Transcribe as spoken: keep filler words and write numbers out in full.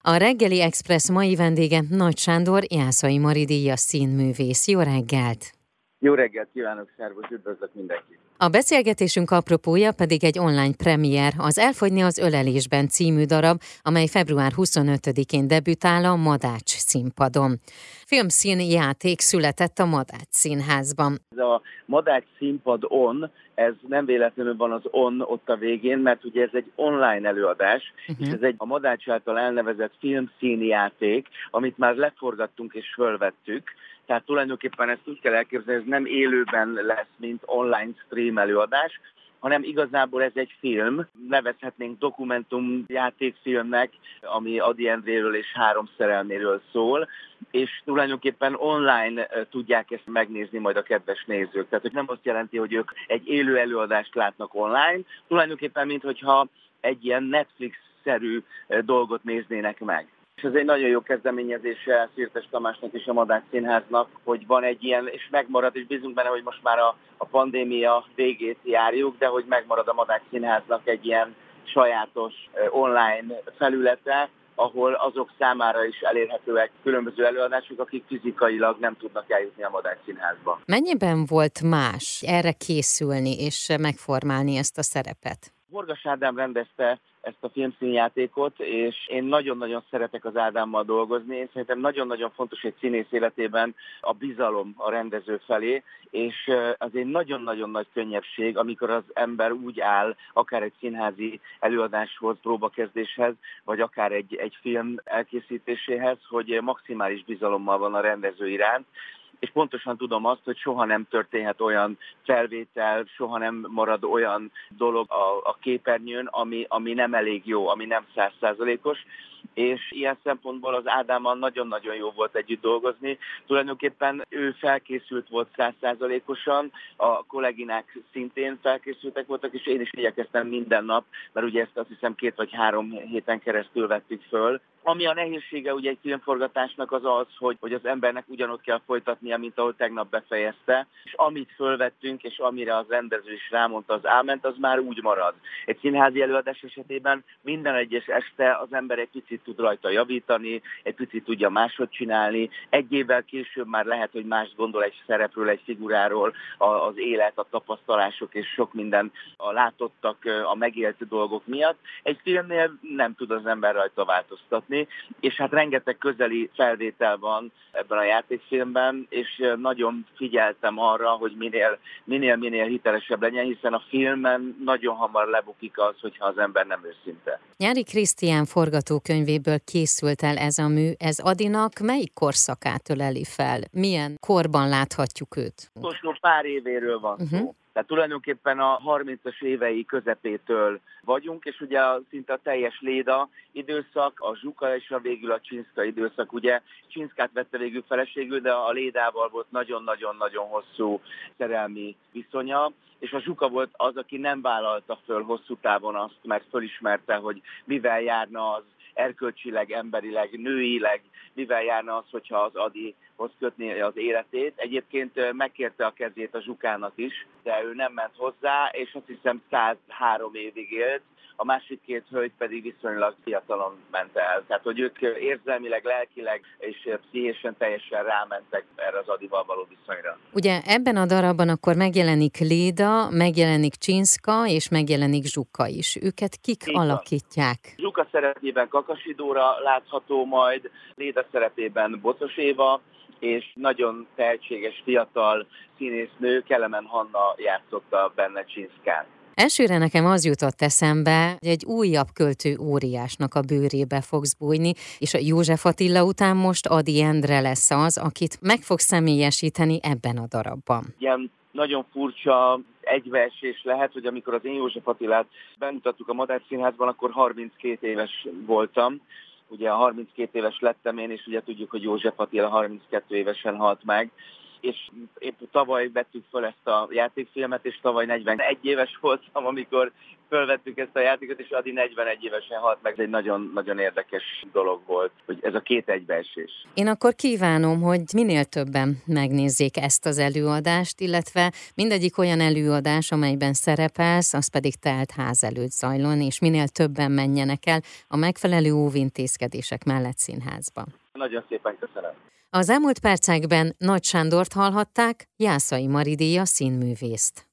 A Reggeli Express mai vendége Nagy Sándor, Jászai Mari díjas színművész. Jó reggelt! Jó reggelt kívánok, szervusz, üdvözlök mindenkit! A beszélgetésünk apropója pedig egy online premier, az Elfogyni az ölelésben című darab, amely február huszonötödikén debütál a Madács színpadon. Filmszínjáték született a Madács Színházban. Ez a Madács színpadon, ez nem véletlenül van az on ott a végén, mert ugye ez egy online előadás, uh-huh. és ez egy a Madács által elnevezett filmszínjáték, amit már leforgattunk és fölvettük. Tehát tulajdonképpen ezt úgy kell elképzelni, ez nem élőben lesz, mint online stream előadás, hanem igazából ez egy film, nevezhetnénk dokumentum játékfilmnek, ami Ady Endréről és három szerelméről szól, és tulajdonképpen online tudják ezt megnézni majd a kedves nézők. Tehát hogy nem azt jelenti, hogy ők egy élő előadást látnak online, tulajdonképpen minthogyha egy ilyen Netflix-szerű dolgot néznének meg. És ez egy nagyon jó kezdeményezése Szirtes Tamásnak és a Madács Színháznak, hogy van egy ilyen, és megmarad, és bízunk benne, hogy most már a, a pandémia végét járjuk, de hogy megmarad a Madács Színháznak egy ilyen sajátos online felülete, ahol azok számára is elérhetőek különböző előadások, akik fizikailag nem tudnak eljutni a Madács Színházba. Mennyiben volt más erre készülni és megformálni ezt a szerepet? Horgas Ádám rendezte ezt a filmszínjátékot, és én nagyon-nagyon szeretek az Ádámmal dolgozni. Én szerintem nagyon-nagyon fontos egy színész életében a bizalom a rendező felé, és az egy nagyon-nagyon nagy könnyebbség, amikor az ember úgy áll, akár egy színházi előadáshoz, próbakezdéshez, vagy akár egy, egy film elkészítéséhez, hogy maximális bizalommal van a rendező iránt, és pontosan tudom azt, hogy soha nem történhet olyan felvétel, soha nem marad olyan dolog a, a képernyőn, ami, ami nem elég jó, ami nem százszázalékos, és ilyen szempontból az Ádámmal nagyon-nagyon jó volt együtt dolgozni. Tulajdonképpen ő felkészült volt százszázalékosan, a kolléginák szintén felkészültek voltak, és én is igyekeztem minden nap, mert ugye ezt azt hiszem két vagy három héten keresztül vettük föl. Ami a nehézsége ugye egy filmforgatásnak az az, hogy, hogy az embernek ugyanott kell folytatnia, mint ahogy tegnap befejezte, és amit fölvettünk, és amire az rendező is rámondta az áment, az már úgy marad. Egy színházi előadás esetében minden egyes este az ember egy picit tud rajta javítani, egy picit tudja máshogy csinálni, egy évvel később már lehet, hogy más gondol egy szerepről, egy figuráról, az élet, a tapasztalások és sok minden a látottak, a megélt dolgok miatt. Egy filmnél nem tud az ember rajta változtatni, és hát rengeteg közeli felvétel van ebben a játékfilmben, és nagyon figyeltem arra, hogy minél, minél, minél hitelesebb legyen, hiszen a filmen nagyon hamar lebukik az, hogyha az ember nem őszinte. Nyári Krisztián forgatókönyvéből készült el ez a mű, ez Adynak melyik korszakát öleli fel? Milyen korban láthatjuk őt? Utolsó pár évéről van szó. Uh-huh. Tehát tulajdonképpen a harmincas évei közepétől vagyunk, és ugye a, szinte a teljes Léda időszak, a Zsuka és a végül a Csinszka időszak. Ugye Csinszkát vette végül feleségül, de a Lédával volt nagyon-nagyon-nagyon hosszú szerelmi viszonya, és a Zsuka volt az, aki nem vállalta föl hosszú távon azt, mert fölismerte, hogy mivel járna az erkölcsileg, emberileg, nőileg, mivel járna az, hogyha az Adyhoz kötné az életét. Egyébként megkérte a kezét a Zsukának is, de ő nem ment hozzá, és azt hiszem százhárom évig élt, a másik két hölgy pedig viszonylag fiatalon ment el. Tehát, hogy ők érzelmileg, lelkileg és pszichésen teljesen rámentek erre az Adyval való viszonyra. Ugye ebben a darabban akkor megjelenik Léda, megjelenik Csinszka, és megjelenik Zsuka is. Őket kik Így alakítják? Zsuka szerepében Kakasi Dóra látható majd, Léda szerepében Bocos Éva, és nagyon tehetséges fiatal színésznő, Kelemen Hanna játszotta benne Csinszkán. Elsőre nekem az jutott eszembe, hogy egy újabb költő óriásnak a bőrébe fogsz bújni, és a József Attila után most Ady Endre lesz az, akit meg fogsz személyesíteni ebben a darabban. Igen, nagyon furcsa egybeesés lehet, hogy amikor az én József Attilát bemutattuk a Madács Színházban, akkor harminckét éves voltam. Ugye harminckét éves lettem én, és ugye tudjuk, hogy József Attila harminckettő évesen halt meg. és épp tavaly vettük fel ezt a játékfilmet, és tavaly negyvenegy éves voltam, amikor fölvettük ezt a játékot, és Adi negyvenegy évesen halt meg. Ez egy nagyon-nagyon érdekes dolog volt, hogy ez a két egybeesés. Én akkor kívánom, hogy minél többen megnézzék ezt az előadást, illetve mindegyik olyan előadás, amelyben szerepelsz, az pedig telt ház előtt zajlon, és minél többen menjenek el a megfelelő óvintézkedések mellett színházba. Nagyon szépen köszönöm. Az elmúlt percekben Nagy Sándort hallhatták, Jászai Mari díjas színművészt.